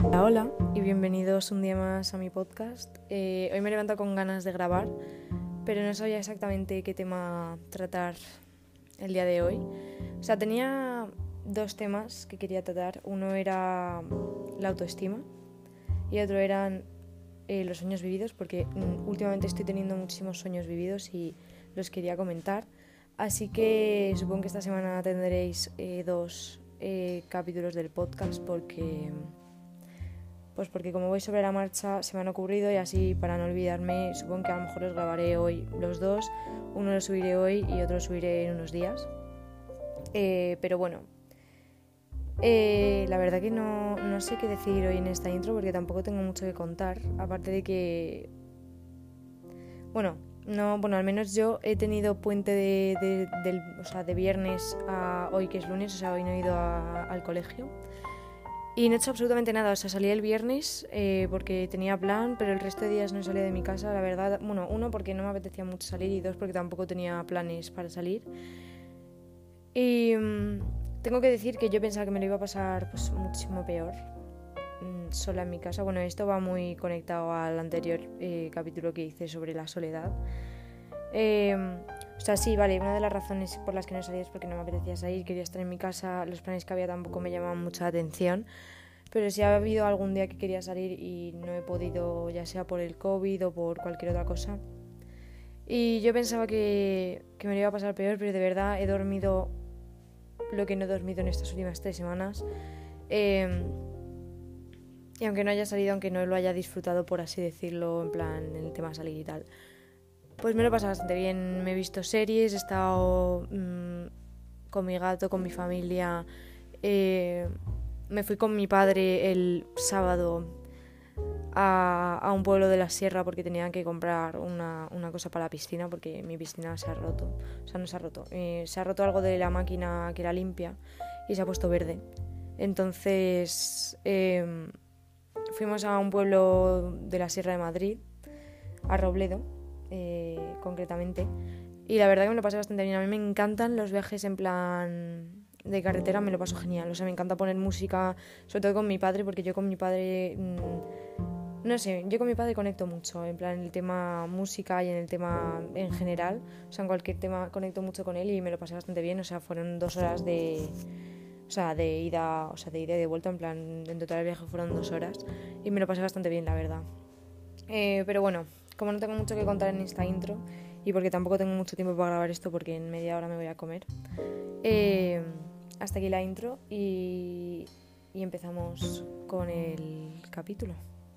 Hola y bienvenidos un día más a mi podcast. Hoy me levanto con ganas de grabar, pero no sabía exactamente qué tema tratar el día de hoy. O sea, tenía dos temas que quería tratar. Uno era la autoestima y otro eran los sueños vividos, porque últimamente estoy teniendo muchísimos sueños vividos y los quería comentar. Así que supongo que esta semana tendréis dos capítulos del podcast porque como voy sobre la marcha se me han ocurrido y así para no olvidarme supongo que a lo mejor los grabaré hoy los dos. Uno lo subiré hoy y otro lo subiré en unos días. Pero bueno, la verdad que no sé qué decir hoy en esta intro porque tampoco tengo mucho que contar. Aparte de que... Bueno, al menos yo he tenido puente de viernes a hoy que es lunes, o sea, hoy no he ido al colegio. Y no he hecho absolutamente nada, o sea, salí el viernes porque tenía plan, pero el resto de días no salí de mi casa, la verdad. Bueno, uno, porque no me apetecía mucho salir y dos, porque tampoco tenía planes para salir. Y tengo que decir que yo pensaba que me lo iba a pasar pues muchísimo peor sola en mi casa. Bueno, esto va muy conectado al anterior capítulo que hice sobre la soledad. O sea, sí, vale, una de las razones por las que no salí es porque no me apetecía salir, quería estar en mi casa, los planes que había tampoco me llamaban mucha atención, pero sí ha habido algún día que quería salir y no he podido, ya sea por el COVID o por cualquier otra cosa. Y yo pensaba que me lo iba a pasar peor, pero de verdad he dormido lo que no he dormido en estas últimas 3 semanas. Y aunque no haya salido, aunque no lo haya disfrutado, por así decirlo, en plan, en el tema salir y tal, pues me lo he pasado bastante bien. Me he visto series, he estado con mi gato, con mi familia. Me fui con mi padre el sábado a un pueblo de la sierra porque tenían que comprar una cosa para la piscina porque mi piscina se ha roto. O sea, no se ha roto. Se ha roto algo de la máquina que era limpia y se ha puesto verde. Entonces fuimos a un pueblo de la Sierra de Madrid, a Robledo, concretamente. Y la verdad que me lo pasé bastante bien. A mí me encantan los viajes en plan de carretera, me lo paso genial. O sea, me encanta poner música, sobre todo con mi padre, porque yo con mi padre... no sé, yo con mi padre conecto mucho, en plan en el tema música y en el tema en general. O sea, en cualquier tema conecto mucho con él y me lo pasé bastante bien. O sea, fueron 2 horas de... O sea, de ida y de vuelta, en plan, en total el viaje fueron 2 horas y me lo pasé bastante bien, la verdad. Pero bueno, como no tengo mucho que contar en esta intro y porque tampoco tengo mucho tiempo para grabar esto porque en media hora me voy a comer, hasta aquí la intro y empezamos con el capítulo.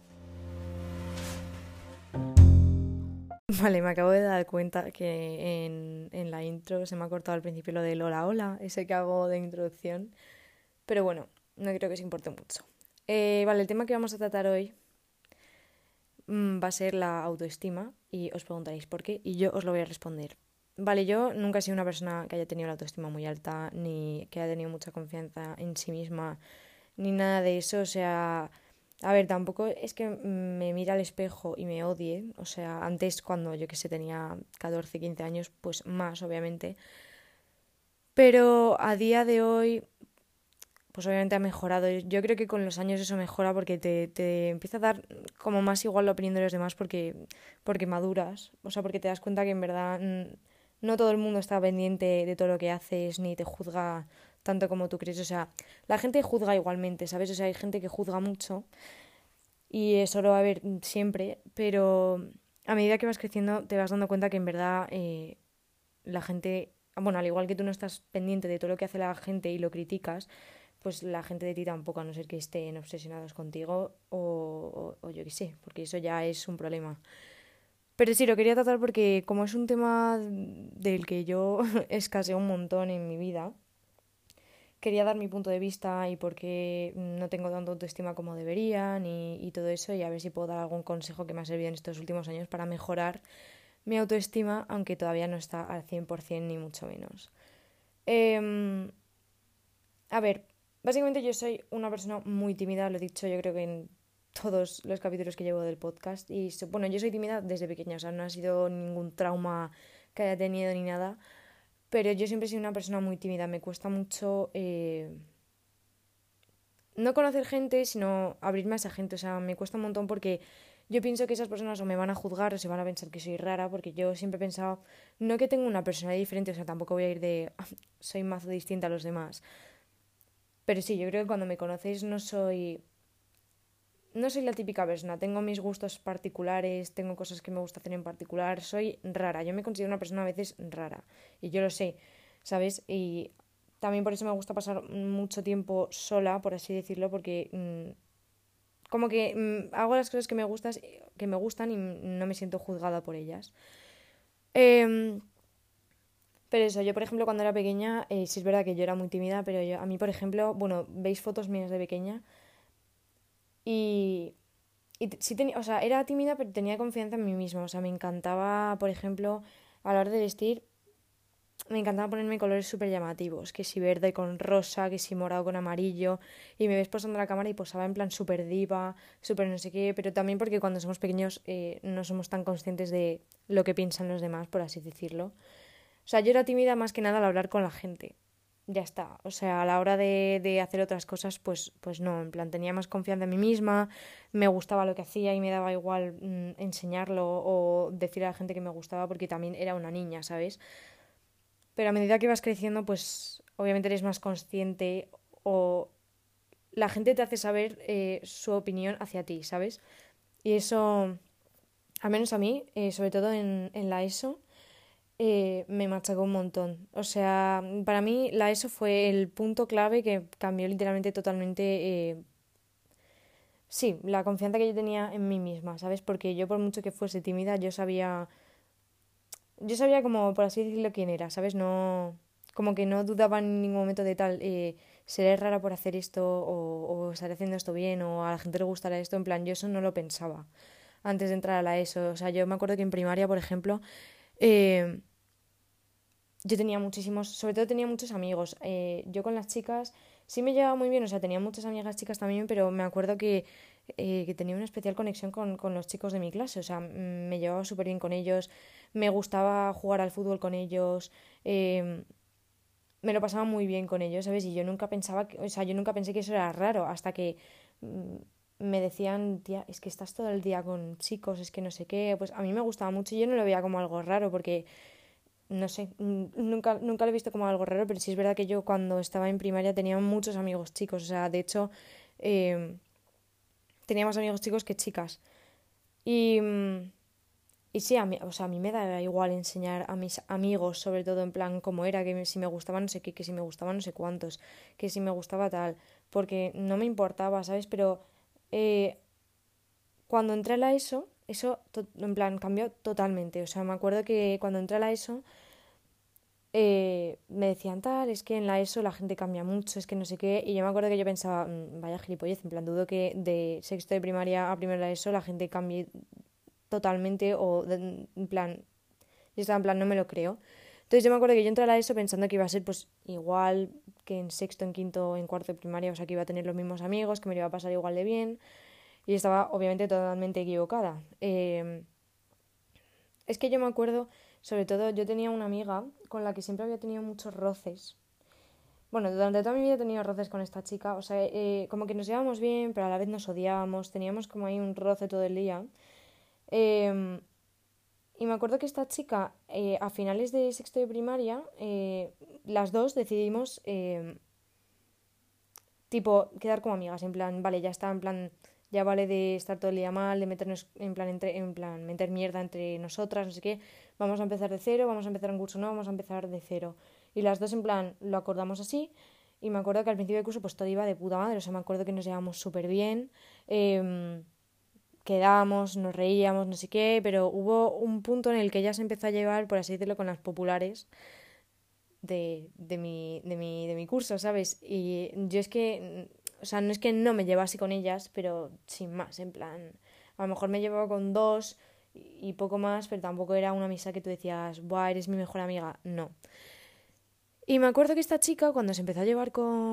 Vale, me acabo de dar cuenta que en la intro se me ha cortado al principio lo del hola hola, ese que hago de introducción, pero bueno, no creo que os importe mucho. Vale, el tema que vamos a tratar hoy va a ser la autoestima y os preguntaréis por qué y yo os lo voy a responder. Vale, yo nunca he sido una persona que haya tenido la autoestima muy alta ni que haya tenido mucha confianza en sí misma ni nada de eso, o sea, a ver, tampoco es que me mire al espejo y me odie, o sea, antes cuando yo que sé tenía 14, 15 años, pues más obviamente, pero a día de hoy pues obviamente ha mejorado. Yo creo que con los años eso mejora porque te empieza a dar como más igual la opinión de los demás porque maduras. O sea, porque te das cuenta que en verdad no todo el mundo está pendiente de todo lo que haces ni te juzga tanto como tú crees. O sea, la gente juzga igualmente, ¿sabes? O sea, hay gente que juzga mucho y eso lo va a haber siempre, pero a medida que vas creciendo te vas dando cuenta que en verdad la gente, bueno, al igual que tú no estás pendiente de todo lo que hace la gente y lo criticas, pues la gente de ti tampoco, a no ser que estén obsesionados contigo o yo qué sé, porque eso ya es un problema. Pero sí, lo quería tratar porque como es un tema del que yo escaseo un montón en mi vida, quería dar mi punto de vista y por qué no tengo tanta autoestima como debería y todo eso y a ver si puedo dar algún consejo que me ha servido en estos últimos años para mejorar mi autoestima, aunque todavía no está al 100% ni mucho menos. A ver, básicamente yo soy una persona muy tímida, lo he dicho yo creo que en todos los capítulos que llevo del podcast. Y bueno, yo soy tímida desde pequeña, o sea, no ha sido ningún trauma que haya tenido ni nada. Pero yo siempre he sido una persona muy tímida, me cuesta mucho, no conocer gente, sino abrirme a esa gente. O sea, me cuesta un montón porque yo pienso que esas personas o me van a juzgar o se van a pensar que soy rara, porque yo siempre he pensado, no que tengo una personalidad diferente, o sea, tampoco voy a ir de, soy mazo distinta a los demás. Pero sí, yo creo que cuando me conocéis no soy la típica persona, tengo mis gustos particulares, tengo cosas que me gusta hacer en particular, soy rara, yo me considero una persona a veces rara y yo lo sé, ¿sabes? Y también por eso me gusta pasar mucho tiempo sola, por así decirlo, porque como que hago las cosas que me gustan y no me siento juzgada por ellas. Em, pero eso, yo por ejemplo cuando era pequeña, sí es verdad que yo era muy tímida, pero a mí por ejemplo, bueno, veis fotos mías de pequeña y sí tenía, o sea, era tímida, pero tenía confianza en mí misma. O sea, me encantaba, por ejemplo, a la hora de vestir, me encantaba ponerme colores súper llamativos. Que si verde con rosa, que si morado con amarillo. Y me ves posando la cámara y posaba en plan súper diva, súper no sé qué. Pero también porque cuando somos pequeños no somos tan conscientes de lo que piensan los demás, por así decirlo. O sea, yo era tímida más que nada al hablar con la gente. Ya está. O sea, a la hora de hacer otras cosas, pues no. En plan, tenía más confianza en mí misma, me gustaba lo que hacía y me daba igual enseñarlo o decir a la gente que me gustaba porque también era una niña, ¿sabes? Pero a medida que vas creciendo, pues obviamente eres más consciente o la gente te hace saber su opinión hacia ti, ¿sabes? Y eso, al menos a mí, sobre todo en la ESO, me machacó un montón. O sea, para mí la ESO fue el punto clave que cambió literalmente totalmente, sí, la confianza que yo tenía en mí misma, ¿sabes? Porque yo por mucho que fuese tímida, yo sabía como, por así decirlo, quién era, ¿sabes? No, como que no dudaba en ningún momento de tal, seré rara por hacer esto o estaré haciendo esto bien o a la gente le gustará esto, en plan, yo eso no lo pensaba antes de entrar a la ESO. O sea, yo me acuerdo que en primaria, por ejemplo, eh, yo tenía muchísimos, sobre todo tenía muchos amigos. Yo con las chicas sí me llevaba muy bien, o sea, tenía muchas amigas chicas también, pero me acuerdo que tenía una especial conexión con los chicos de mi clase, o sea, me llevaba súper bien con ellos, me gustaba jugar al fútbol con ellos, eh, me lo pasaba muy bien con ellos, ¿sabes? Y yo nunca pensaba, o sea, yo nunca pensé que eso era raro, hasta que mm, me decían, tía, es que estás todo el día con chicos, es que no sé qué, pues a mí me gustaba mucho y yo no lo veía como algo raro, porque no sé, nunca lo he visto como algo raro, pero sí es verdad que yo cuando estaba en primaria tenía muchos amigos chicos, o sea, de hecho, eh, tenía más amigos chicos que chicas. Y, y sí, o sea, a mí me da igual enseñar a mis amigos, sobre todo en plan cómo era, si me gustaba no sé qué, que si me gustaba no sé cuántos, que si me gustaba tal, porque no me importaba, ¿sabes? Pero eh, cuando entré a la ESO, eso en plan cambió totalmente. O sea, me acuerdo que cuando entré a la ESO me decían tal, es que en la ESO la gente cambia mucho, es que no sé qué, y yo me acuerdo que yo pensaba, vaya gilipollez, en plan, dudo que de sexto de primaria a primero de ESO la gente cambie totalmente o en plan, yo estaba en plan, no me lo creo. Entonces yo me acuerdo que yo entré a la ESO pensando que iba a ser pues igual que en sexto, en quinto, en cuarto de primaria, o sea que iba a tener los mismos amigos, que me lo iba a pasar igual de bien, y estaba obviamente totalmente equivocada. Es que yo me acuerdo, sobre todo, yo tenía una amiga con la que siempre había tenido muchos roces. Bueno, durante toda mi vida he tenido roces con esta chica, o sea, como que nos llevábamos bien, pero a la vez nos odiábamos, teníamos como ahí un roce todo el día. Em, y me acuerdo que esta chica, a finales de sexto de primaria, las dos decidimos, tipo, quedar como amigas, en plan, vale, ya está, en plan, ya vale de estar todo el día mal, de meternos, en plan, meter mierda entre nosotras, no sé qué, vamos a empezar de cero, vamos a empezar un curso nuevo, vamos a empezar de cero. Y las dos, en plan, lo acordamos así, y me acuerdo que al principio del curso, pues todo iba de puta madre, o sea, me acuerdo que nos llevábamos súper bien, quedábamos, nos reíamos, no sé qué, pero hubo un punto en el que ella se empezó a llevar, por así decirlo, con las populares de mi curso, ¿sabes? Y yo es que, o sea, no es que no me llevase con ellas, pero sin más, en plan, a lo mejor me llevaba con dos y poco más, pero tampoco era una amistad que tú decías, buah, eres mi mejor amiga, no. Y me acuerdo que esta chica, cuando se empezó a llevar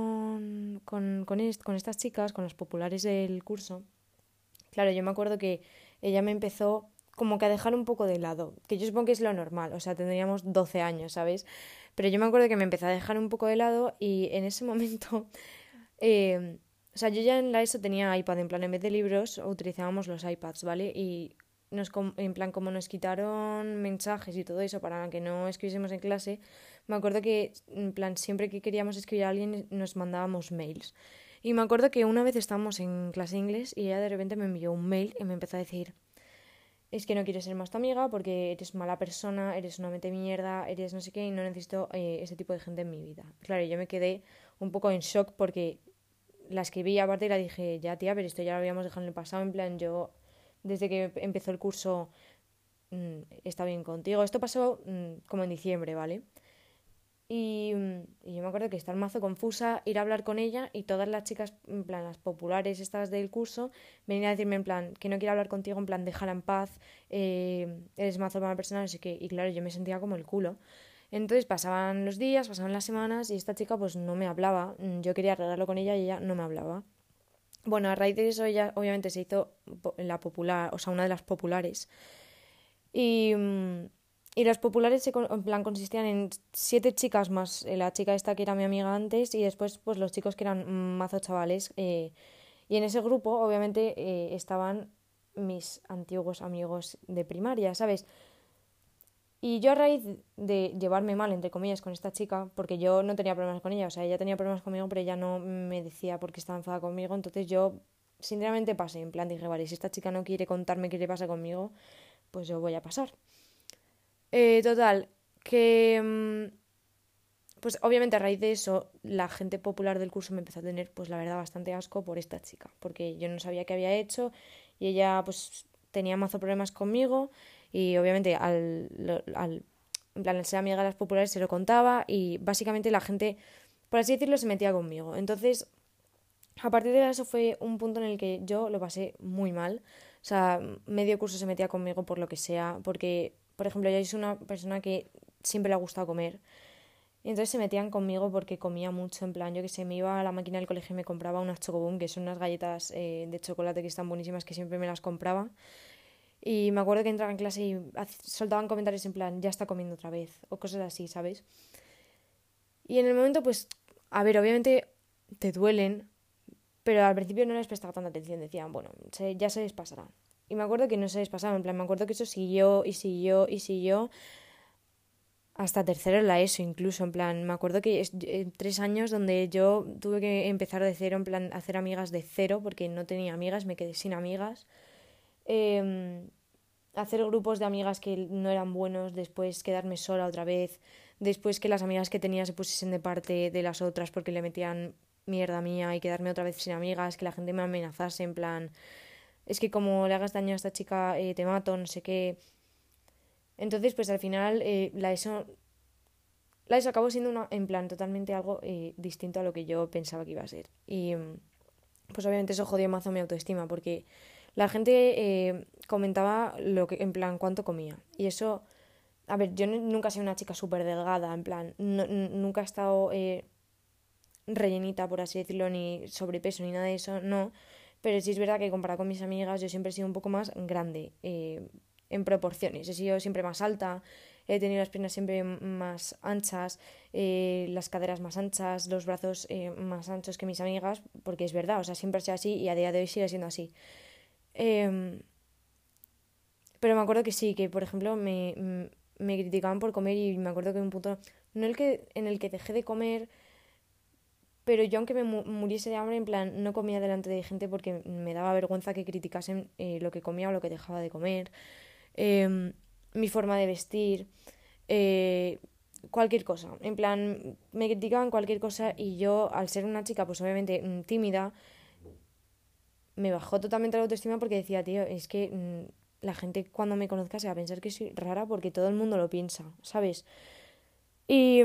con estas chicas, con las populares del curso, claro, yo me acuerdo que ella me empezó como que a dejar un poco de lado, que yo supongo que es lo normal, o sea, tendríamos 12 años, ¿sabes? Pero yo me acuerdo que me empezó a dejar un poco de lado y en ese momento, eh, O sea, yo ya en la ESO tenía iPad, en plan, en vez de libros utilizábamos los iPads, ¿vale? Y en plan, como nos quitaron mensajes y todo eso para que no escribiésemos en clase, me acuerdo que, en plan, siempre que queríamos escribir a alguien nos mandábamos mails. Y me acuerdo que una vez estábamos en clase de inglés y ella de repente me envió un mail y me empezó a decir, es que no quiero ser más tu amiga porque eres mala persona, eres una mente mierda, eres no sé qué y no necesito ese tipo de gente en mi vida. Claro, yo me quedé un poco en shock porque la escribí aparte y la dije, ya tía, pero esto ya lo habíamos dejado en el pasado, en plan, yo desde que empezó el curso está bien contigo. Esto pasó como en diciembre, ¿vale? Y yo me acuerdo que estar mazo confusa, ir a hablar con ella y todas las chicas, en plan, las populares estas del curso, venían a decirme en plan, que no quiero hablar contigo, en plan, déjala en paz, eres mazo mala persona, no sé qué. Y claro, yo me sentía como el culo. Entonces pasaban los días, pasaban las semanas y esta chica pues no me hablaba. Yo quería arreglarlo con ella y ella no me hablaba. Bueno, a raíz de eso ella obviamente se hizo la popular, o sea, una de las populares. Y, y las populares en plan consistían en 7 chicas más la chica esta que era mi amiga antes y después pues los chicos que eran mazo chavales. Y en ese grupo obviamente estaban mis antiguos amigos de primaria, ¿sabes? Y yo a raíz de llevarme mal, entre comillas, con esta chica, porque yo no tenía problemas con ella, o sea, ella tenía problemas conmigo, pero ella no me decía por qué estaba enfadada conmigo, entonces yo sinceramente pasé, en plan dije, vale, si esta chica no quiere contarme qué le pasa conmigo, pues yo voy a pasar. Total, que pues obviamente a raíz de eso la gente popular del curso me empezó a tener pues la verdad bastante asco por esta chica, porque yo no sabía qué había hecho y ella pues tenía mazo problemas conmigo y obviamente en plan, al ser amiga de las populares se lo contaba y básicamente la gente, por así decirlo, se metía conmigo. Entonces, a partir de eso fue un punto en el que yo lo pasé muy mal. O sea, medio curso se metía conmigo por lo que sea, porque, por ejemplo, yo soy una persona que siempre le ha gustado comer. Y entonces se metían conmigo porque comía mucho, en plan, yo que sé, me iba a la máquina del colegio y me compraba unas Chocobum, que son unas galletas de chocolate que están buenísimas, que siempre me las compraba. Y me acuerdo que entraba en clase y soltaban comentarios en plan, ya está comiendo otra vez, o cosas así, ¿sabes? Y en el momento, pues, a ver, obviamente te duelen, pero al principio no les prestaba tanta atención, decían, bueno, ya se les pasará. Y me acuerdo que no se les pasaba, en plan, me acuerdo que eso siguió y siguió y siguió hasta tercero en la ESO incluso, en plan, me acuerdo que 3 años donde yo tuve que empezar de cero, en plan, hacer amigas de cero, porque no tenía amigas, me quedé sin amigas. Eh, Hacer grupos de amigas que no eran buenos, después quedarme sola otra vez, después que las amigas que tenía se pusiesen de parte de las otras porque le metían mierda mía y quedarme otra vez sin amigas, que la gente me amenazase en plan, es que como le hagas daño a esta chica te mato, no sé qué. Entonces pues al final la ESO acabó siendo en plan totalmente algo distinto a lo que yo pensaba que iba a ser. Y pues obviamente eso jodió mazo mi autoestima porque la gente comentaba lo que, en plan, cuánto comía. Y eso, a ver, yo nunca he sido una chica súper delgada, en plan, nunca he estado rellenita, por así decirlo, ni sobrepeso, ni nada de eso, no. Pero sí es verdad que comparado con mis amigas, yo siempre he sido un poco más grande en proporciones. He sido siempre más alta, he tenido las piernas siempre más anchas, las caderas más anchas, los brazos más anchos que mis amigas, porque es verdad, o sea, siempre ha sido así y a día de hoy sigue siendo así. Em, pero me acuerdo que sí, que por ejemplo me criticaban por comer y me acuerdo que un punto, no el que, en el que dejé de comer, pero yo aunque me muriese de hambre, en plan, no comía delante de gente porque me daba vergüenza que criticasen lo que comía o lo que dejaba de comer, eh, mi forma de vestir, eh, cualquier cosa. En plan, me criticaban cualquier cosa y yo, al ser una chica, pues obviamente tímida, me bajó totalmente la autoestima porque decía, tío, es que la gente cuando me conozca se va a pensar que soy rara porque todo el mundo lo piensa, ¿sabes? Y,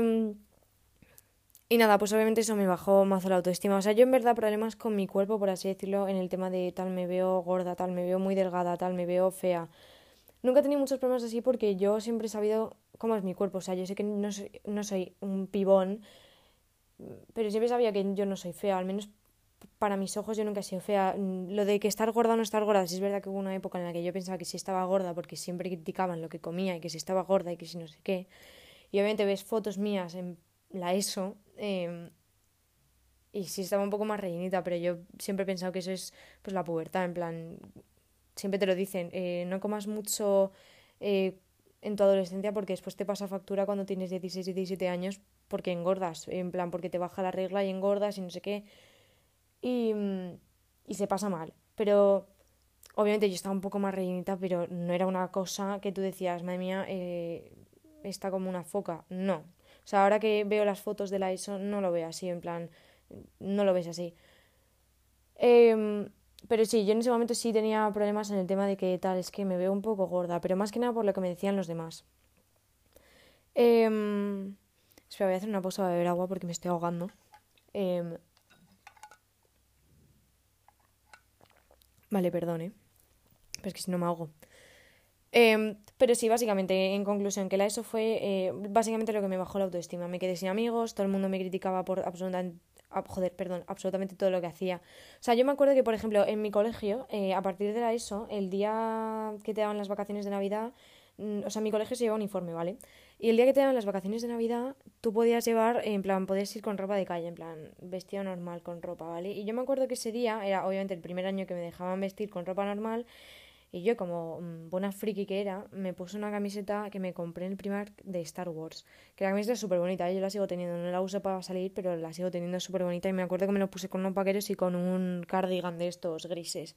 y nada, pues obviamente eso me bajó más la autoestima. O sea, yo en verdad problemas con mi cuerpo, por así decirlo, en el tema de tal me veo gorda, tal me veo muy delgada, tal me veo fea. Nunca he tenido muchos problemas así porque yo siempre he sabido cómo es mi cuerpo. O sea, yo sé que no soy un pibón, pero siempre sabía que yo no soy fea, al menos para mis ojos yo nunca he sido fea. Lo de que estar gorda o no estar gorda, sí es verdad que hubo una época en la que yo pensaba que sí estaba gorda porque siempre criticaban lo que comía y que si estaba gorda y que si no sé qué. Y obviamente ves fotos mías en la ESO y sí estaba un poco más rellenita, pero yo siempre he pensado que eso es pues la pubertad, en plan, siempre te lo dicen, no comas mucho eh, en tu adolescencia porque después te pasa factura cuando tienes 16 y 17 años porque engordas, en plan, porque te baja la regla y engordas y no sé qué, y, y se pasa mal. Pero obviamente yo estaba un poco más rellenita, pero no era una cosa que tú decías, madre mía, está como una foca. No. O sea, ahora que veo las fotos de la ESO, no lo veo así, en plan, no lo ves así. Em, pero sí, yo en ese momento sí tenía problemas en el tema de que tal, es que me veo un poco gorda, pero más que nada por lo que me decían los demás. Em, Espera, voy a hacer una pausa para beber agua porque me estoy ahogando. Em, vale, perdón, ¿eh? Pero es que si no me ahogo. Pero sí, básicamente, en conclusión, que la ESO fue básicamente lo que me bajó la autoestima. Me quedé sin amigos, todo el mundo me criticaba por absolutamente, joder, perdón, absolutamente todo lo que hacía. O sea, yo me acuerdo que, por ejemplo, en mi colegio, a partir de la ESO, el día que te daban las vacaciones de Navidad, o sea, mi colegio se lleva uniforme, ¿vale? Y el día que te daban las vacaciones de Navidad, tú podías llevar, en plan, podías ir con ropa de calle, en plan, vestido normal con ropa, ¿vale? Y yo me acuerdo que ese día, era obviamente el primer año que me dejaban vestir con ropa normal, y yo, como buena friki que era, me puse una camiseta que me compré en el Primark de Star Wars. Que la camiseta es súper bonita, yo la sigo teniendo. No la uso para salir, pero la sigo teniendo súper bonita. Y me acuerdo que me lo puse con unos vaqueros y con un cardigan de estos grises.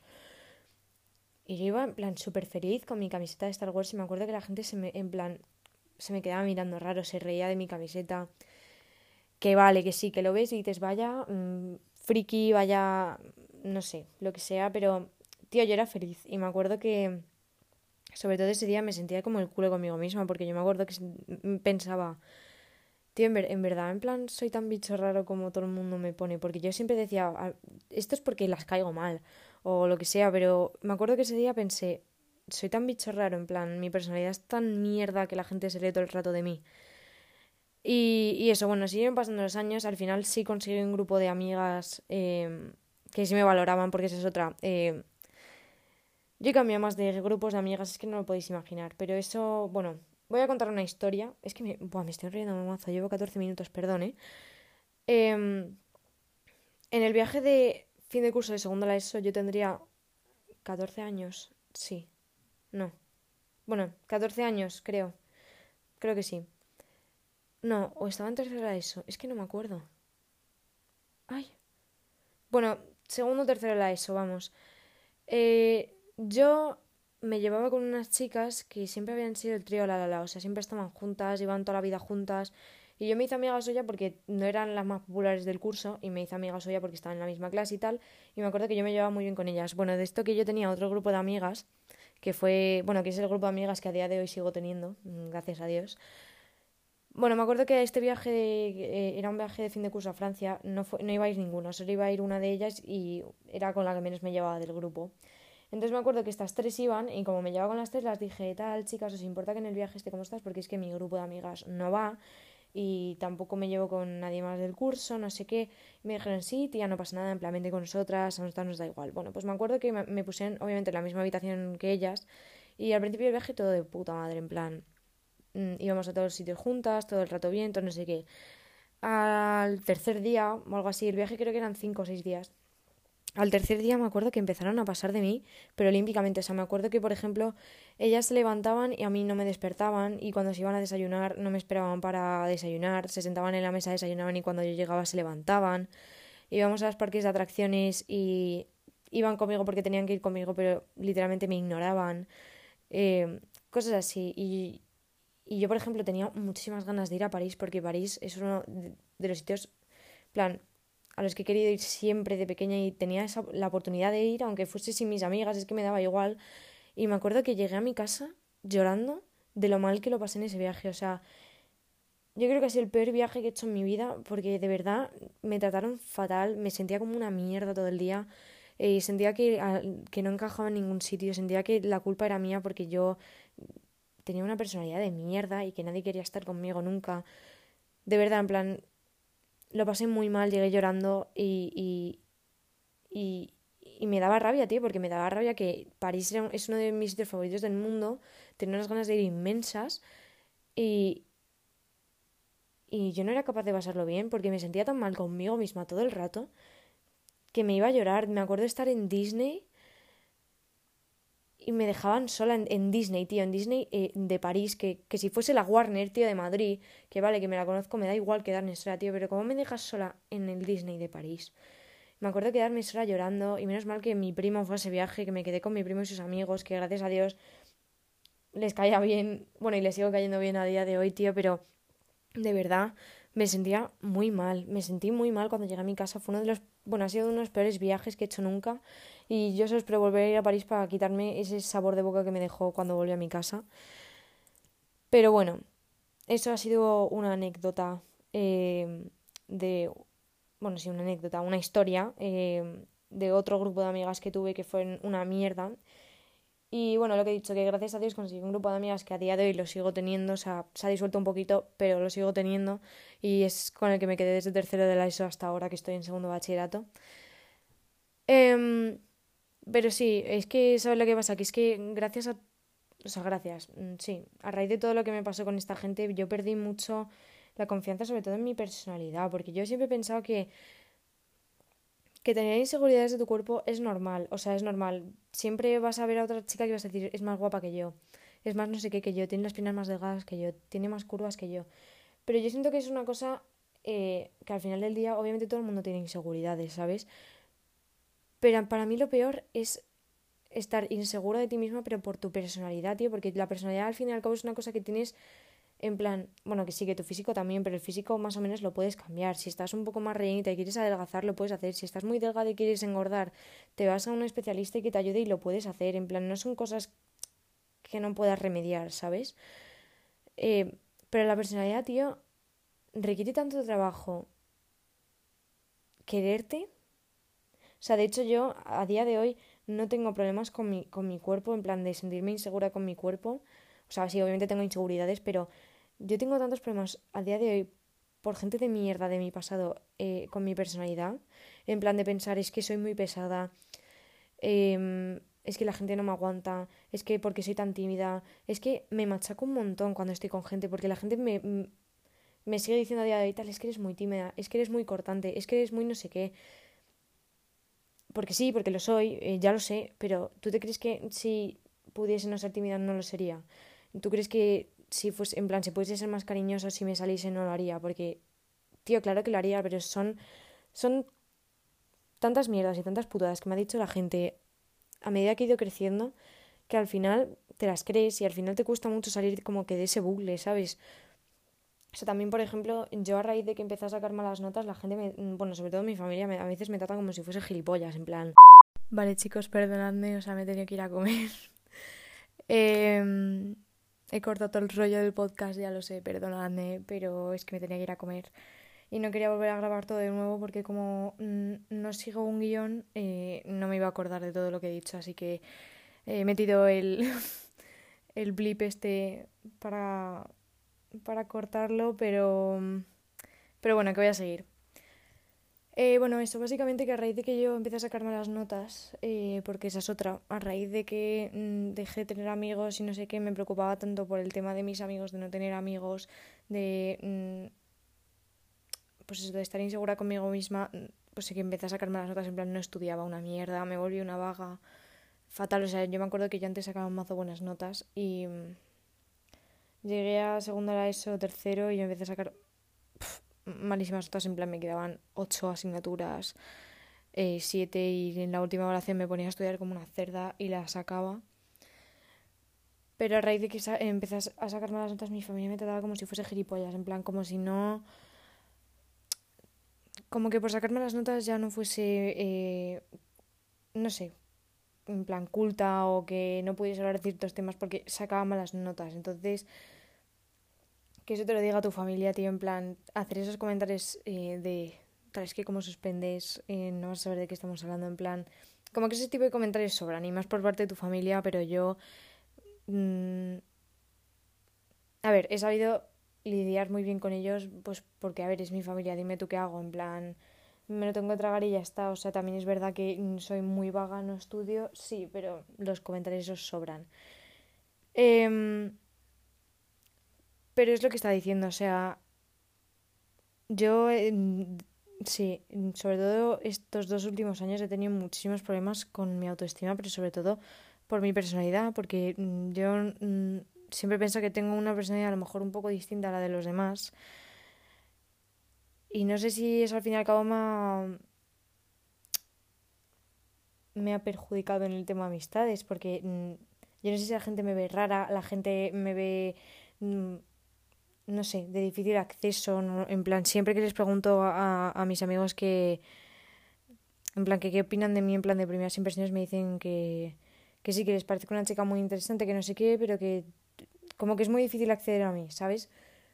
Y yo iba en plan súper feliz con mi camiseta de Star Wars. Y me acuerdo que la gente en plan, se me quedaba mirando raro, se reía de mi camiseta. Que vale, que sí, que lo ves y dices, vaya, friki, vaya, no sé, lo que sea. Pero, tío, yo era feliz. Y me acuerdo que sobre todo ese día me sentía como el culo conmigo misma, porque yo me acuerdo que pensaba, tío, en verdad, en plan, soy tan bicho raro como todo el mundo me pone, porque yo siempre decía, esto es porque las caigo mal, o lo que sea, pero me acuerdo que ese día pensé, soy tan bicho raro, en plan, mi personalidad es tan mierda que la gente se ríe todo el rato de mí. Y eso, bueno, siguen pasando los años, al final sí conseguí un grupo de amigas que sí me valoraban, porque esa es otra. Yo he cambiado más de grupos de amigas, es que no lo podéis imaginar. Pero eso, bueno, voy a contar una historia. Es que me estoy riendo mazo, llevo 14 minutos, perdón, ¿eh? Em, en el viaje de fin de curso de segundo la ESO yo tendría 14 años, sí, no. Bueno, 14 años, creo. Creo que sí. No, o estaba en tercera la ESO, es que no me acuerdo. Ay. Bueno, segundo o tercero la ESO, vamos. Yo me llevaba con unas chicas que siempre habían sido el trío la, o sea, siempre estaban juntas, iban toda la vida juntas. Y yo me hice amiga suya porque no eran las más populares del curso y me hice amiga suya porque estaban en la misma clase y tal. Y me acuerdo que yo me llevaba muy bien con ellas. Bueno, de esto que yo tenía otro grupo de amigas, que fue, bueno, que es el grupo de amigas que a día de hoy sigo teniendo, gracias a Dios. Bueno, me acuerdo que este viaje era un viaje de fin de curso a Francia, no iba a ir ninguna, solo iba a ir una de ellas y era con la que menos me llevaba del grupo. Entonces me acuerdo que estas tres iban y como me llevaba con las tres las dije, tal, chicas, ¿os importa que en el viaje esté como estás? Porque es que mi grupo de amigas no va y tampoco me llevo con nadie más del curso, no sé qué. Y me dijeron, sí, tía, no pasa nada, en plan, vente con nosotras, a nosotras nos da igual. Bueno, pues me acuerdo que me pusieron, obviamente, en la misma habitación que ellas y al principio del viaje todo de puta madre, en plan, íbamos a todos los sitios juntas, todo el rato bien, todo no sé qué. Al tercer día o algo así, el viaje creo que eran 5 o 6 días. Al tercer día me acuerdo que empezaron a pasar de mí, pero olímpicamente. O sea, me acuerdo que, por ejemplo, ellas se levantaban y a mí no me despertaban y cuando se iban a desayunar no me esperaban para desayunar, se sentaban en la mesa, desayunaban y cuando yo llegaba se levantaban. Íbamos a los parques de atracciones y iban conmigo porque tenían que ir conmigo, pero literalmente me ignoraban. Cosas así. Y yo, por ejemplo, tenía muchísimas ganas de ir a París porque París es uno de los sitios, plan, a los que he querido ir siempre de pequeña y tenía la oportunidad de ir, aunque fuese sin mis amigas, es que me daba igual. Y me acuerdo que llegué a mi casa llorando de lo mal que lo pasé en ese viaje. O sea, yo creo que ha sido el peor viaje que he hecho en mi vida porque de verdad me trataron fatal, me sentía como una mierda todo el día. Y sentía que no encajaba en ningún sitio, sentía que la culpa era mía porque yo tenía una personalidad de mierda y que nadie quería estar conmigo nunca. De verdad, en plan, lo pasé muy mal, llegué llorando y me daba rabia, tío, porque me daba rabia que París es uno de mis sitios favoritos del mundo, tenía unas ganas de ir inmensas y, y yo no era capaz de pasarlo bien porque me sentía tan mal conmigo misma todo el rato que me iba a llorar. Me acuerdo de estar en Disney y me dejaban sola en Disney, tío, en Disney de París, que si fuese la Warner, tío, de Madrid, que vale, que me la conozco, me da igual quedarme sola, tío, pero ¿cómo me dejas sola en el Disney de París? Me acuerdo de quedarme sola llorando y menos mal que mi primo fue a ese viaje, que me quedé con mi primo y sus amigos, que gracias a Dios les caía bien, bueno, y les sigo cayendo bien a día de hoy, tío, pero de verdad me sentía muy mal, me sentí muy mal cuando llegué a mi casa, fue uno de los, bueno, ha sido uno de los peores viajes que he hecho nunca y yo solo espero volver a ir a París para quitarme ese sabor de boca que me dejó cuando volví a mi casa. Pero bueno, eso ha sido una anécdota de, bueno, sí, una anécdota, una historia de otro grupo de amigas que tuve que fue una mierda. Y bueno, lo que he dicho, que gracias a Dios conseguí un grupo de amigas que a día de hoy lo sigo teniendo, o sea, se ha disuelto un poquito, pero lo sigo teniendo y es con el que me quedé desde tercero de la ESO hasta ahora que estoy en segundo bachillerato. Em, pero sí, es que, ¿sabes lo que pasa? Que es que gracias a... O sea, gracias, sí, a raíz de todo lo que me pasó con esta gente, yo perdí mucho la confianza, sobre todo en mi personalidad, porque yo siempre he pensado que tener inseguridades de tu cuerpo es normal, o sea, es normal. Siempre vas a ver a otra chica que vas a decir, es más guapa que yo, es más no sé qué que yo, tiene las piernas más delgadas que yo, tiene más curvas que yo. Pero yo siento que es una cosa que al final del día, obviamente todo el mundo tiene inseguridades, ¿sabes? Pero para mí lo peor es estar insegura de ti misma, pero por tu personalidad, tío, porque la personalidad al fin y al cabo es una cosa que tienes en plan, bueno, que sí, que tu físico también, pero el físico más o menos lo puedes cambiar. Si estás un poco más rellenita y quieres adelgazar, lo puedes hacer. Si estás muy delgada y quieres engordar, te vas a un especialista y que te ayude y lo puedes hacer. En plan, no son cosas que no puedas remediar, ¿sabes? Pero la personalidad, tío, requiere tanto trabajo quererte. O sea, de hecho yo a día de hoy no tengo problemas con mi cuerpo, en plan de sentirme insegura con mi cuerpo. O sea, sí, obviamente tengo inseguridades, pero yo tengo tantos problemas a día de hoy por gente de mierda de mi pasado con mi personalidad. En plan de pensar, es que soy muy pesada, es que la gente no me aguanta, es que porque soy tan tímida, es que me machaco un montón cuando estoy con gente, porque la gente me sigue diciendo a día de hoy, tal, es que eres muy tímida, es que eres muy cortante, es que eres muy no sé qué. Porque sí, porque lo soy, ya lo sé, pero ¿tú te crees que si pudiese no ser tímida no lo sería? ¿Tú crees que si fuese, en plan, si pudiese ser más cariñosa si me saliese no lo haría? Porque, tío, claro que lo haría, pero son tantas mierdas y tantas putadas que me ha dicho la gente a medida que he ido creciendo que al final te las crees y al final te cuesta mucho salir como que de ese bucle, ¿sabes? O sea, también, por ejemplo, yo a raíz de que empecé a sacar malas notas, la gente bueno, sobre todo mi familia, a veces me trata como si fuese gilipollas, en plan. Vale, chicos, perdonadme, o sea, me he tenido que ir a comer. Eh, he cortado todo el rollo del podcast, ya lo sé, perdonadme, pero es que me tenía que ir a comer. Y no quería volver a grabar todo de nuevo porque como no sigo un guión, no me iba a acordar de todo lo que he dicho, así que he metido el blip este para, para cortarlo, pero bueno, que voy a seguir. Bueno, eso, básicamente que a raíz de que yo empecé a sacar malas notas, porque esa es otra, a raíz de que dejé de tener amigos y no sé qué, me preocupaba tanto por el tema de mis amigos, de no tener amigos, de, pues eso, de estar insegura conmigo misma, pues sí que empecé a sacar malas notas, en plan no estudiaba una mierda, me volví una vaga, fatal, o sea, yo me acuerdo que yo antes sacaba un mazo buenas notas y llegué a segundo de la ESO, tercero, y yo empecé a sacar malísimas notas, en plan me quedaban 8 asignaturas, 7 y en la última evaluación me ponía a estudiar como una cerda y la sacaba. Pero a raíz de que empecé a sacar malas notas, mi familia me trataba como si fuese gilipollas, en plan como si no... Como que por sacar malas notas ya no fuese, no sé, en plan culta o que no pudiese hablar de ciertos temas porque sacaba malas notas. Entonces, que eso te lo diga tu familia, tío, en plan, hacer esos comentarios de, tal, es que como suspendes, no vas a saber de qué estamos hablando, en plan, como que ese tipo de comentarios sobran, y más por parte de tu familia, pero yo, mm, a ver, he sabido lidiar muy bien con ellos, pues porque, a ver, es mi familia, dime tú qué hago, en plan, me lo tengo que tragar y ya está, o sea, también es verdad que soy muy vaga, no estudio, sí, pero los comentarios esos sobran. Em, pero es lo que está diciendo, o sea, Yo, sí, sobre todo estos 2 últimos años he tenido muchísimos problemas con mi autoestima, pero sobre todo por mi personalidad, porque yo siempre pienso que tengo una personalidad a lo mejor un poco distinta a la de los demás. Y no sé si eso al fin y al cabo me ha perjudicado en el tema de amistades, porque yo no sé si la gente me ve rara, la gente me ve, mm, no sé, de difícil acceso, en plan, siempre que les pregunto a mis amigos en plan, que qué opinan de mí, en plan, de primeras impresiones, me dicen que sí, que les parece una chica muy interesante, que no sé qué, pero que como que es muy difícil acceder a mí, ¿sabes?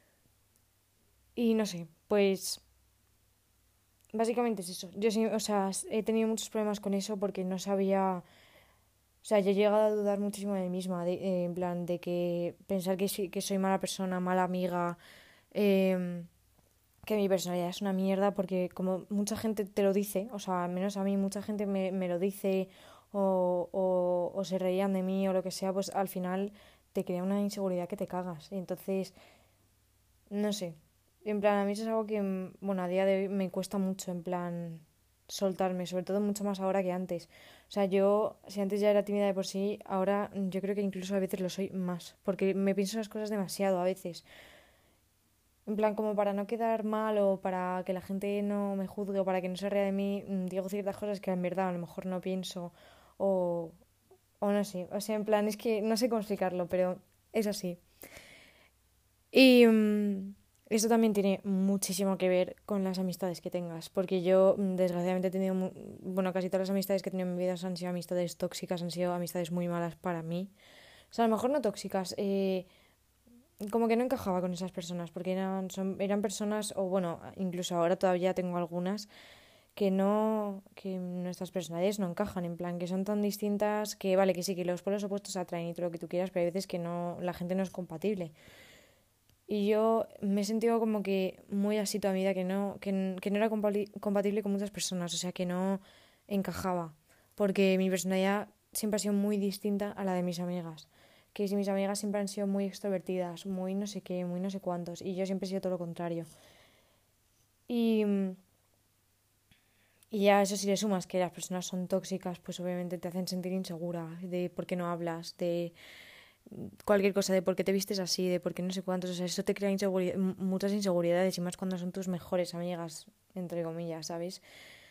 Y no sé, pues básicamente es eso. Yo sí, o sea, he tenido muchos problemas con eso porque no sabía. O sea, yo he llegado a dudar muchísimo de mí misma, en plan, de que pensar que, que soy mala persona, mala amiga, em, que mi personalidad es una mierda, porque como mucha gente te lo dice, o sea, al menos a mí mucha gente me lo dice o se reían de mí o lo que sea, pues al final te crea una inseguridad que te cagas. Y entonces, no sé, en plan, a mí eso es algo que, bueno, a día de hoy me cuesta mucho, en plan, soltarme, sobre todo mucho más ahora que antes. O sea, yo, si antes ya era tímida de por sí, ahora yo creo que incluso a veces lo soy más, porque me pienso las cosas demasiado a veces. En plan, como para no quedar mal o para que la gente no me juzgue o para que no se ría de mí, digo ciertas cosas que en verdad a lo mejor no pienso o, o no sé. O sea, en plan, es que no sé cómo explicarlo, pero es así. Y eso también tiene muchísimo que ver con las amistades que tengas, porque yo desgraciadamente he tenido, bueno, casi todas las amistades que he tenido en mi vida han sido amistades tóxicas, han sido amistades muy malas para mí. O sea, a lo mejor no tóxicas, como que no encajaba con esas personas, porque eran personas, o bueno, incluso ahora todavía tengo algunas que nuestras personalidades no encajan, en plan, que son tan distintas que vale, que sí, que los polos opuestos atraen y todo lo que tú quieras, pero hay veces que no, la gente no es compatible. Y yo me he sentido como que muy así toda mi vida, que no era compatible con muchas personas, o sea, que no encajaba. Porque mi personalidad siempre ha sido muy distinta a la de mis amigas. Que si mis amigas siempre han sido muy extrovertidas, muy no sé qué, muy no sé cuántos, y yo siempre he sido todo lo contrario. Y, y ya eso si le sumas que las personas son tóxicas, pues obviamente te hacen sentir insegura de por qué no hablas, de cualquier cosa, de por qué te vistes así, de por qué no sé cuántos, o sea, eso te crea muchas inseguridades y más cuando son tus mejores amigas, entre comillas, ¿sabes?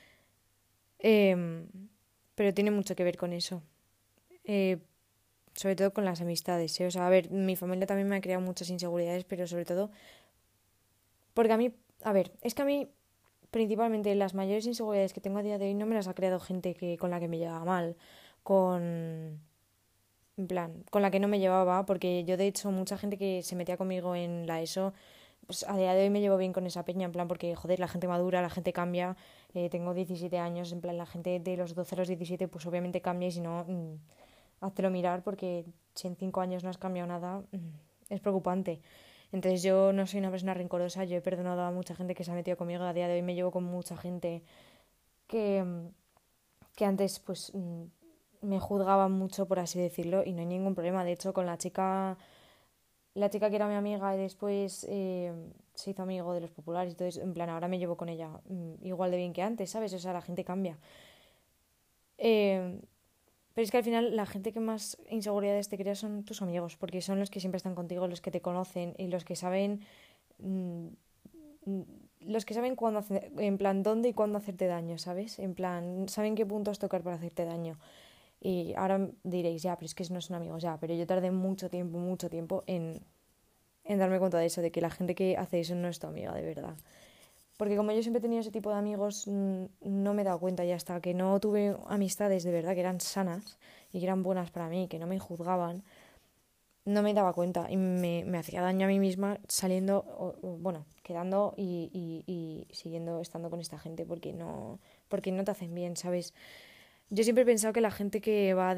Em, pero tiene mucho que ver con eso, eh, sobre todo con las amistades, ¿eh? O sea, a ver, mi familia también me ha creado muchas inseguridades, pero sobre todo porque a mí, a ver, es que a mí principalmente las mayores inseguridades que tengo a día de hoy no me las ha creado gente con la que me llevaba mal, con en plan, con la que no me llevaba, porque yo de hecho mucha gente que se metía conmigo en la ESO, pues a día de hoy me llevo bien con esa peña, en plan, porque joder, la gente madura, la gente cambia, tengo 17 años, en plan, la gente de los 12 a los 17 pues obviamente cambia y si no, háztelo mirar porque si en 5 años no has cambiado nada, es preocupante. Entonces yo no soy una persona rencorosa, yo he perdonado a mucha gente que se ha metido conmigo, a día de hoy me llevo con mucha gente que, que antes pues me juzgaban mucho, por así decirlo, y no hay ningún problema. De hecho, con la chica que era mi amiga y después se hizo amigo de los populares y todo eso, en plan, ahora me llevo con ella igual de bien que antes, ¿sabes? O sea, la gente cambia. Eh, pero es que al final la gente que más inseguridades te crea son tus amigos, porque son los que siempre están contigo, los que te conocen y los que saben mm, mm, los que saben cuándo en plan dónde y cuándo hacerte daño, ¿sabes? En plan, saben qué puntos tocar para hacerte daño. Y ahora diréis, ya, pero es que no son amigos, ya, pero yo tardé mucho tiempo en darme cuenta de eso, de que la gente que hace eso no es tu amiga, de verdad. Porque como yo siempre he tenido ese tipo de amigos, no me he dado cuenta y hasta que no tuve amistades de verdad que eran sanas y que eran buenas para mí, que no me juzgaban, no me daba cuenta y me hacía daño a mí misma saliendo, bueno, quedando y siguiendo estando con esta gente porque no te hacen bien, ¿sabes? Yo siempre he pensado que la gente que va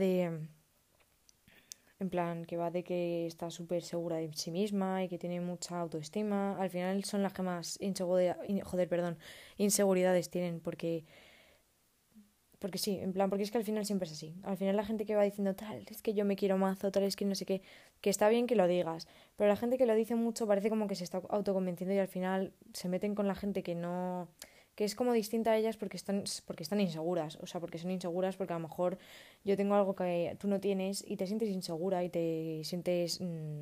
en plan, que va de que está súper segura de sí misma y que tiene mucha autoestima, al final son las que más joder, perdón, inseguridades tienen, porque porque sí, en plan, porque es que al final siempre es así. Al final la gente que va diciendo tal, es que yo me quiero mazo, tal, es que no sé qué, que está bien que lo digas, pero la gente que lo dice mucho parece como que se está autoconvenciendo y al final se meten con la gente que no, que es como distinta a ellas porque están inseguras, o sea, porque son inseguras porque a lo mejor yo tengo algo que tú no tienes y te sientes insegura y te sientes...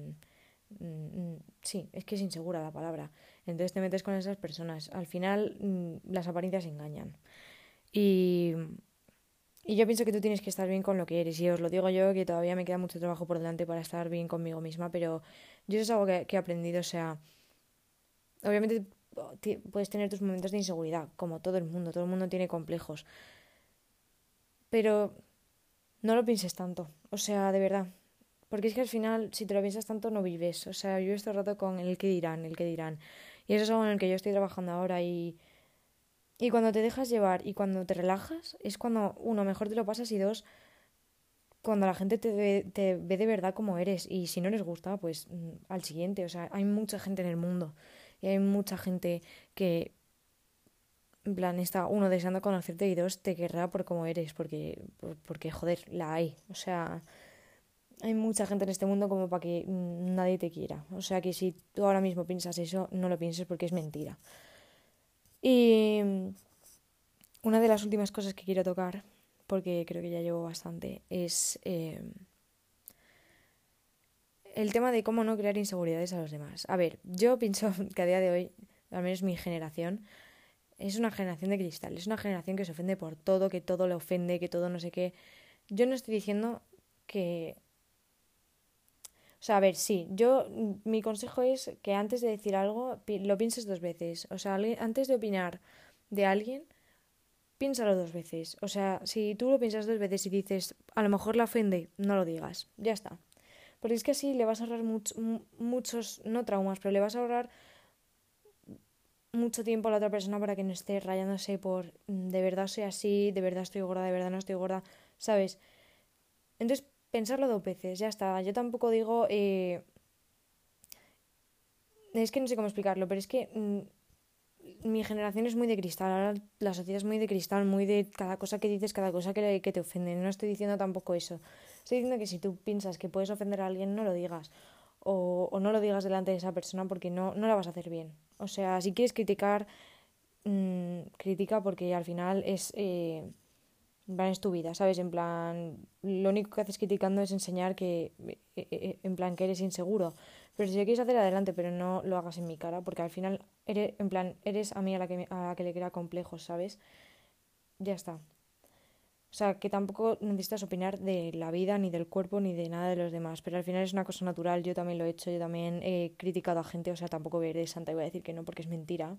sí, es que es insegura la palabra. Entonces te metes con esas personas. Al final las apariencias engañan. Y, y yo pienso que tú tienes que estar bien con lo que eres. Y os lo digo yo, que todavía me queda mucho trabajo por delante para estar bien conmigo misma, pero yo eso es algo que he aprendido. O sea, obviamente puedes tener tus momentos de inseguridad, como todo el mundo tiene complejos. Pero no lo pienses tanto. O sea, de verdad. Porque es que al final, si te lo piensas tanto, no vives. O sea, vives todo el rato con el que dirán, el que dirán. Y eso es algo en el que yo estoy trabajando ahora y cuando te dejas llevar y cuando te relajas es cuando, uno, mejor te lo pasas y dos, cuando la gente te ve de verdad como eres y si no les gusta, pues al siguiente. O sea, hay mucha gente en el mundo y hay mucha gente que, en plan, está uno deseando conocerte y dos, te querrá por cómo eres, porque joder, la hay. O sea, hay mucha gente en este mundo como para que nadie te quiera. O sea, que si tú ahora mismo piensas eso, no lo pienses porque es mentira. Y una de las últimas cosas que quiero tocar, porque creo que ya llevo bastante, es el tema de cómo no crear inseguridades a los demás. A ver, yo pienso que a día de hoy, al menos mi generación, es una generación de cristal, es una generación que se ofende por todo, que todo le ofende, que todo no sé qué. Yo no estoy diciendo que... O sea, a ver, sí, mi consejo es que antes de decir algo, lo pienses dos veces. O sea, antes de opinar de alguien, piénsalo dos veces. O sea, si tú lo piensas dos veces y dices, a lo mejor la ofende, no lo digas. Ya está. Porque es que así le vas a ahorrar muchos, no traumas, pero le vas a ahorrar mucho tiempo a la otra persona para que no esté rayándose por de verdad soy así, de verdad estoy gorda, de verdad no estoy gorda, ¿sabes? Entonces, pensarlo dos veces, ya está. Yo tampoco digo, es que no sé cómo explicarlo, pero es que mi generación es muy de cristal, ahora la sociedad es muy de cristal, muy de cada cosa que dices, cada cosa que te ofende. No estoy diciendo tampoco eso. Estoy diciendo que si tú piensas que puedes ofender a alguien, no lo digas. O no lo digas delante de esa persona porque no la vas a hacer bien. O sea, si quieres criticar, critica porque al final en plan, es tu vida, ¿sabes? En plan, lo único que haces criticando es enseñar que, en plan, que eres inseguro. Pero si lo quieres hacer adelante, pero no lo hagas en mi cara, porque al final, en plan, eres a mí a la que le crea complejos, ¿sabes? Ya está. O sea, que tampoco necesitas opinar de la vida, ni del cuerpo, ni de nada de los demás. Pero al final es una cosa natural, yo también lo he hecho, yo también he criticado a gente, o sea, tampoco voy a ir de santa y voy a decir que no, porque es mentira.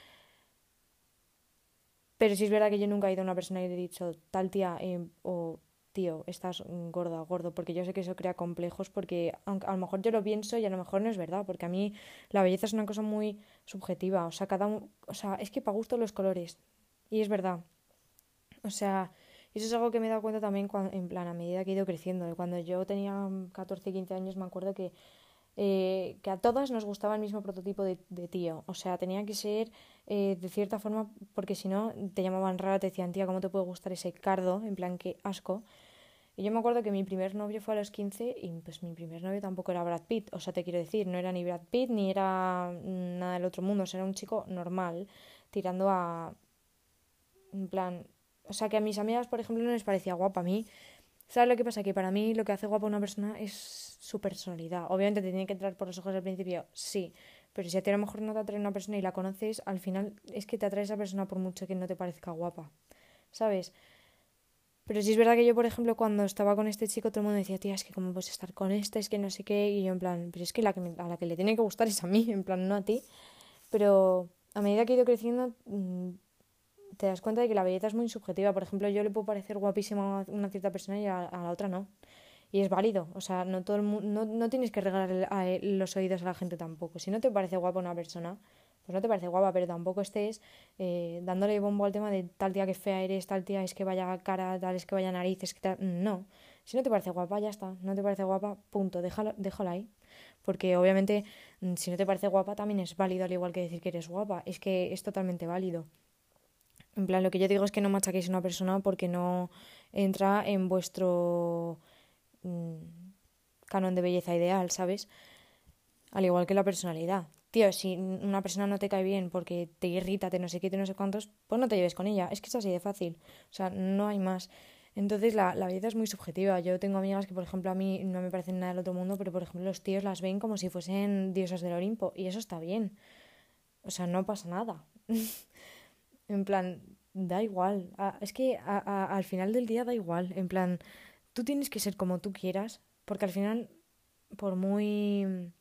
Pero sí es verdad que yo nunca he ido a una persona y le he dicho tal tía o tío, estás gorda o gordo, porque yo sé que eso crea complejos, porque aunque a lo mejor yo lo pienso y a lo mejor no es verdad, porque a mí la belleza es una cosa muy subjetiva, o sea, o sea, es que para gusto los colores, y es verdad, o sea, eso es algo que me he dado cuenta también en plan a medida que he ido creciendo, cuando yo tenía 14 15 años me acuerdo que a todas nos gustaba el mismo prototipo de tío. O sea, tenía que ser de cierta forma, porque si no te llamaban rara, te decían, tía, ¿cómo te puede gustar ese cardo? En plan, qué asco. Y yo me acuerdo que mi primer novio fue a los 15 y pues mi primer novio tampoco era Brad Pitt. O sea, te quiero decir, no era ni Brad Pitt ni era nada del otro mundo. O sea, era un chico normal, tirando a... En plan... O sea, que a mis amigas, por ejemplo, no les parecía guapa. A mí, ¿sabes lo que pasa? Que para mí lo que hace guapa a una persona es su personalidad. Obviamente te tiene que entrar por los ojos al principio, sí. Pero si a ti a lo mejor no te atrae una persona y la conoces, al final es que te atrae esa persona por mucho que no te parezca guapa. ¿Sabes? Pero sí es verdad que yo, por ejemplo, cuando estaba con este chico, todo el mundo decía, tía, es que cómo puedes estar con esta, es que no sé qué. Y yo en plan, pero es que, a la que le tiene que gustar es a mí, en plan, no a ti. Pero a medida que he ido creciendo, te das cuenta de que la belleza es muy subjetiva. Por ejemplo, yo le puedo parecer guapísima a una cierta persona y a la otra no. Y es válido, o sea, no todo el no tienes que regalar los oídos a la gente tampoco. Si no te parece guapa una persona, pues no te parece guapa, pero tampoco estés dándole bombo al tema de tal tía que fea eres, tal tía es que vaya cara, tal es que vaya nariz, es que tal... No, si no te parece guapa, ya está, no te parece guapa, punto, déjala ahí. Porque obviamente si no te parece guapa también es válido, al igual que decir que eres guapa, es que es totalmente válido. En plan, lo que yo digo es que no machaquéis a una persona porque no entra en vuestro mm, canon de belleza ideal, ¿sabes? Al igual que la personalidad. Tío, si una persona no te cae bien porque te irrita, te no sé qué, te no sé cuántos, pues no te lleves con ella. Es que es así de fácil. O sea, no hay más. Entonces la belleza es muy subjetiva. Yo tengo amigas que, por ejemplo, a mí no me parecen nada del otro mundo, pero, por ejemplo, los tíos las ven como si fuesen diosas del Olimpo. Y eso está bien. O sea, no pasa nada. En plan, da igual. Es que al final del día da igual. En plan, tú tienes que ser como tú quieras, porque al final, por muy...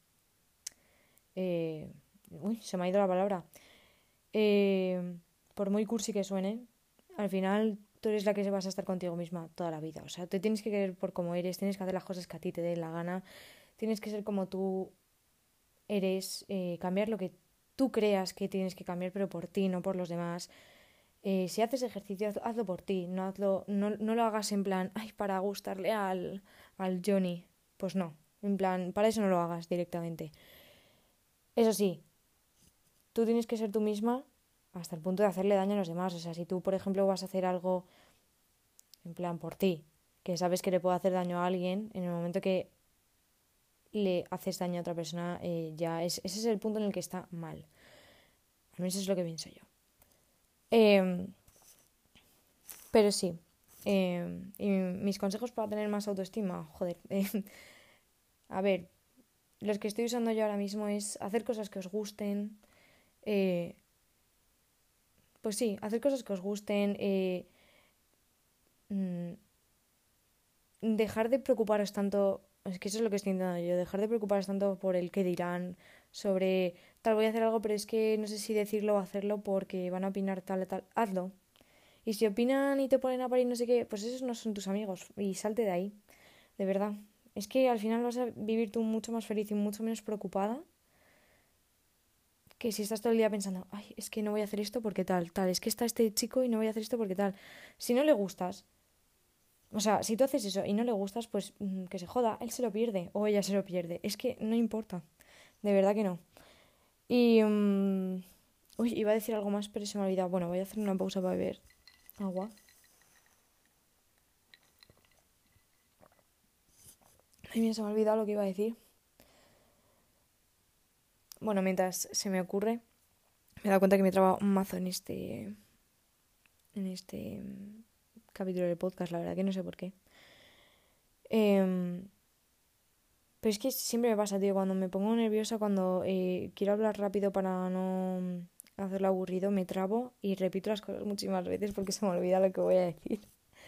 uy, se me ha ido la palabra. Eh, por muy cursi que suene, al final tú eres la que vas a estar contigo misma toda la vida. O sea, te tienes que querer por como eres, tienes que hacer las cosas que a ti te den la gana, tienes que ser como tú eres, cambiar lo que tú creas que tienes que cambiar, pero por ti, no por los demás. Si haces ejercicio, hazlo por ti, no lo hagas en plan, ay, para gustarle al Johnny. Pues no, en plan, para eso no lo hagas directamente. Eso sí, tú tienes que ser tú misma hasta el punto de hacerle daño a los demás. O sea, si tú, por ejemplo, vas a hacer algo en plan por ti, que sabes que le puede hacer daño a alguien, en el momento que le haces daño a otra persona, ese es el punto en el que está mal. Al menos eso es lo que pienso yo. Eh, pero sí, y mis consejos para tener más autoestima, joder, a ver, los que estoy usando yo ahora mismo es hacer cosas que os gusten, eh, pues sí, hacer cosas que os gusten, mm, dejar de preocuparos tanto, es que eso es lo que estoy intentando yo, dejar de preocuparos tanto por el que dirán, sobre tal voy a hacer algo, pero es que no sé si decirlo o hacerlo porque van a opinar tal y tal, hazlo. Y si opinan y te ponen a parir no sé qué, pues esos no son tus amigos y salte de ahí, de verdad. Es que al final vas a vivir tú mucho más feliz y mucho menos preocupada que si estás todo el día pensando, ay, es que no voy a hacer esto porque tal, tal, es que está este chico y no voy a hacer esto porque tal. Si no le gustas, o sea, si tú haces eso y no le gustas, pues que se joda, él se lo pierde o ella se lo pierde. Es que no importa, de verdad que no. Y... uy, iba a decir algo más, pero se me ha olvidado. Bueno, voy a hacer una pausa para beber agua. Ay, mira, se me ha olvidado lo que iba a decir. Bueno, mientras se me ocurre, me he dado cuenta que me he trabado un mazo en este capítulo del podcast, la verdad que no sé por qué. Em, pero es que siempre me pasa, tío, cuando me pongo nerviosa, cuando quiero hablar rápido para no hacerlo aburrido, me trabo y repito las cosas muchísimas veces porque se me olvida lo que voy a decir.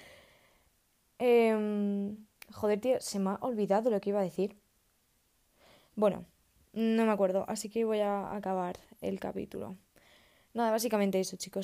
Joder, tío, se me ha olvidado lo que iba a decir. Bueno, no me acuerdo, así que voy a acabar el capítulo. Nada, básicamente eso, chicos,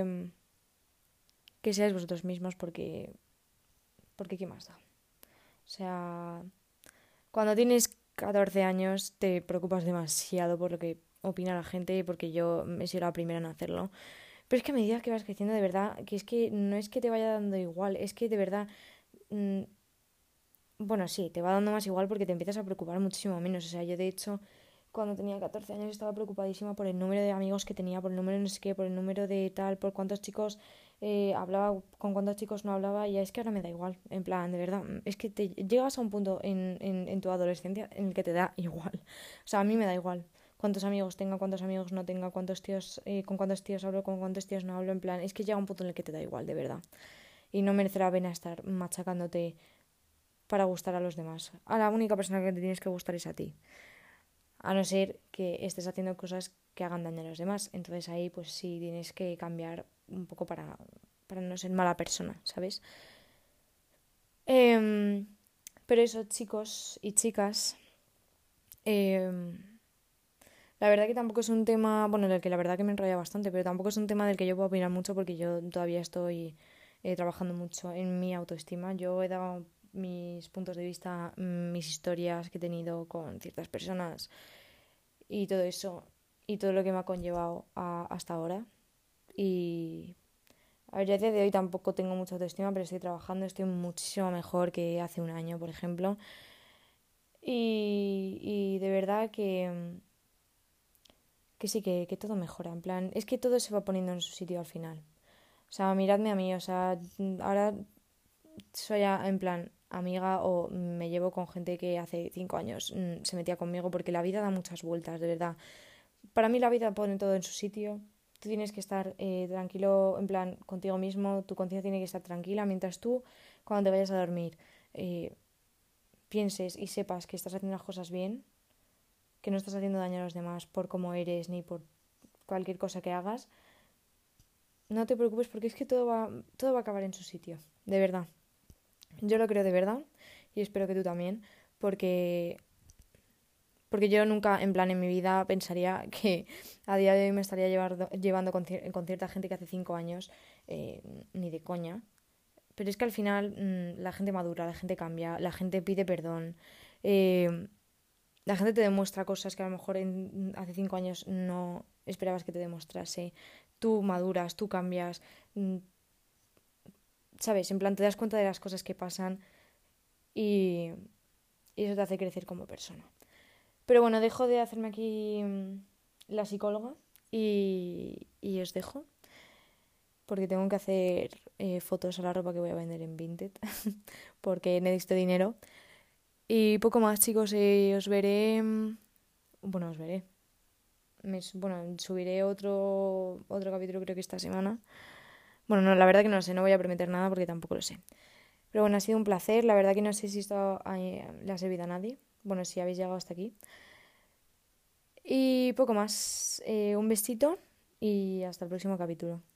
que seáis vosotros mismos porque ¿qué más da? O sea, cuando tienes 14 años te preocupas demasiado por lo que opina la gente, porque yo he sido la primera en hacerlo. Pero es que a medida que vas creciendo, de verdad, que es que no es que te vaya dando igual, es que de verdad, mm, bueno, sí, te va dando más igual porque te empiezas a preocupar muchísimo menos. O sea, yo de hecho, cuando tenía 14 años estaba preocupadísima por el número de amigos que tenía, por el número de no sé qué, por el número de tal, por cuántos chicos hablaba, con cuántos chicos no hablaba, y ya es que ahora me da igual. En plan, de verdad, es que te llegas a un punto en tu adolescencia en el que te da igual. O sea, a mí me da igual cuántos amigos tenga, cuántos amigos no tenga, cuántos tíos, con cuántos tíos hablo, con cuántos tíos no hablo. En plan, es que llega un punto en el que te da igual, de verdad. Y no merece la pena estar machacándote para gustar a los demás. A la única persona que te tienes que gustar es a ti. A no ser que estés haciendo cosas que hagan daño a los demás. Entonces ahí pues sí tienes que cambiar un poco para no ser mala persona, ¿sabes? Em, pero eso, chicos y chicas, em, la verdad que tampoco es un tema, bueno, del que la verdad que me enrolla bastante, pero tampoco es un tema del que yo puedo opinar mucho porque yo todavía estoy trabajando mucho en mi autoestima. Yo he dado mis puntos de vista, mis historias que he tenido con ciertas personas y todo eso y todo lo que me ha conllevado hasta ahora. Y a ver, ya a día de hoy tampoco tengo mucha autoestima, pero estoy trabajando, estoy muchísimo mejor que hace un año, por ejemplo. Y de verdad que sí, que todo mejora. En plan, es que todo se va poniendo en su sitio al final. O sea, miradme a mí, o sea, ahora soy en plan amiga o me llevo con gente que hace 5 años se metía conmigo porque la vida da muchas vueltas, de verdad. Para mí la vida pone todo en su sitio. Tú tienes que estar tranquilo, en plan, contigo mismo, tu conciencia tiene que estar tranquila, mientras tú, cuando te vayas a dormir, eh, pienses y sepas que estás haciendo las cosas bien, que no estás haciendo daño a los demás por cómo eres ni por cualquier cosa que hagas, no te preocupes porque es que todo va a acabar en su sitio, de verdad. Yo lo creo de verdad y espero que tú también, porque, porque yo nunca, en plan, en mi vida pensaría que a día de hoy me estaría llevando con cierta gente que hace 5 años, ni de coña. Pero es que al final la gente madura, la gente cambia, la gente pide perdón, eh, la gente te demuestra cosas que a lo mejor hace 5 años no esperabas que te demostrase. Tú maduras, tú cambias, mm, ¿sabes? En plan, te das cuenta de las cosas que pasan y, y eso te hace crecer como persona. Pero bueno, dejo de hacerme aquí la psicóloga y os dejo porque tengo que hacer fotos a la ropa que voy a vender en Vinted porque necesito dinero. Y poco más, chicos, os veré. Bueno, os veré. Bueno, subiré otro capítulo creo que esta semana. Bueno, no, la verdad que no lo sé, no voy a prometer nada porque tampoco lo sé. Pero bueno, ha sido un placer. La verdad que no sé si esto le ha servido a nadie. Bueno, si habéis llegado hasta aquí. Y poco más. Un besito y hasta el próximo capítulo.